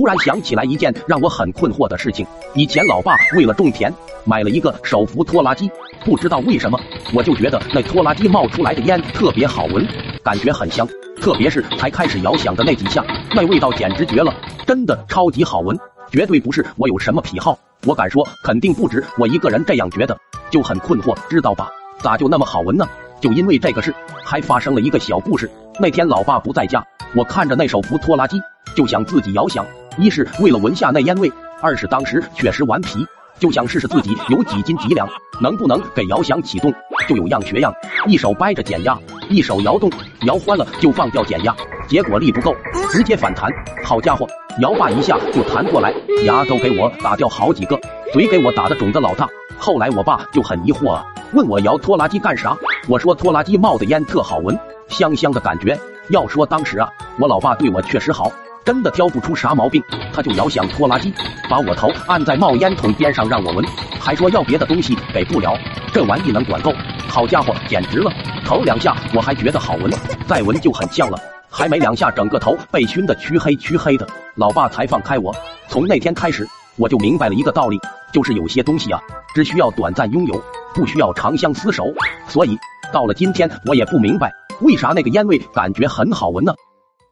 突然想起来一件让我很困惑的事情，以前老爸为了种田买了一个手扶拖拉机，不知道为什么我就觉得那拖拉机冒出来的烟特别好闻，感觉很香，特别是才开始摇响的那几下，那味道简直绝了，真的超级好闻，绝对不是我有什么癖好，我敢说肯定不止我一个人这样觉得，就很困惑，知道吧？咋就那么好闻呢？就因为这个事还发生了一个小故事。那天老爸不在家，我看着那手扶拖拉机就想自己摇响，一是为了闻下那烟味，二是当时确实顽皮，就想试试自己有几斤几两，能不能给摇响启动，就有样学样，一手掰着减压，一手摇动，摇欢了就放掉减压，结果力不够，直接反弹，好家伙，摇把一下就弹过来，牙都给我打掉好几个，嘴给我打得肿得老大。后来我爸就很疑惑啊，问我摇拖拉机干啥，我说拖拉机冒的烟特好闻，香香的感觉。要说当时啊，我老爸对我确实好，真的挑不出啥毛病，他就摇响拖拉机，把我头按在冒烟筒边上让我闻，还说要别的东西给不了，这玩意能管够，好家伙，简直了！头2下我还觉得好闻，再闻就很呛了，还没2下整个头被熏得黢黑的，老爸才放开我。从那天开始，我就明白了一个道理，就是有些东西啊，只需要短暂拥有，不需要长相厮守。所以到了今天，我也不明白为啥那个烟味感觉很好闻呢？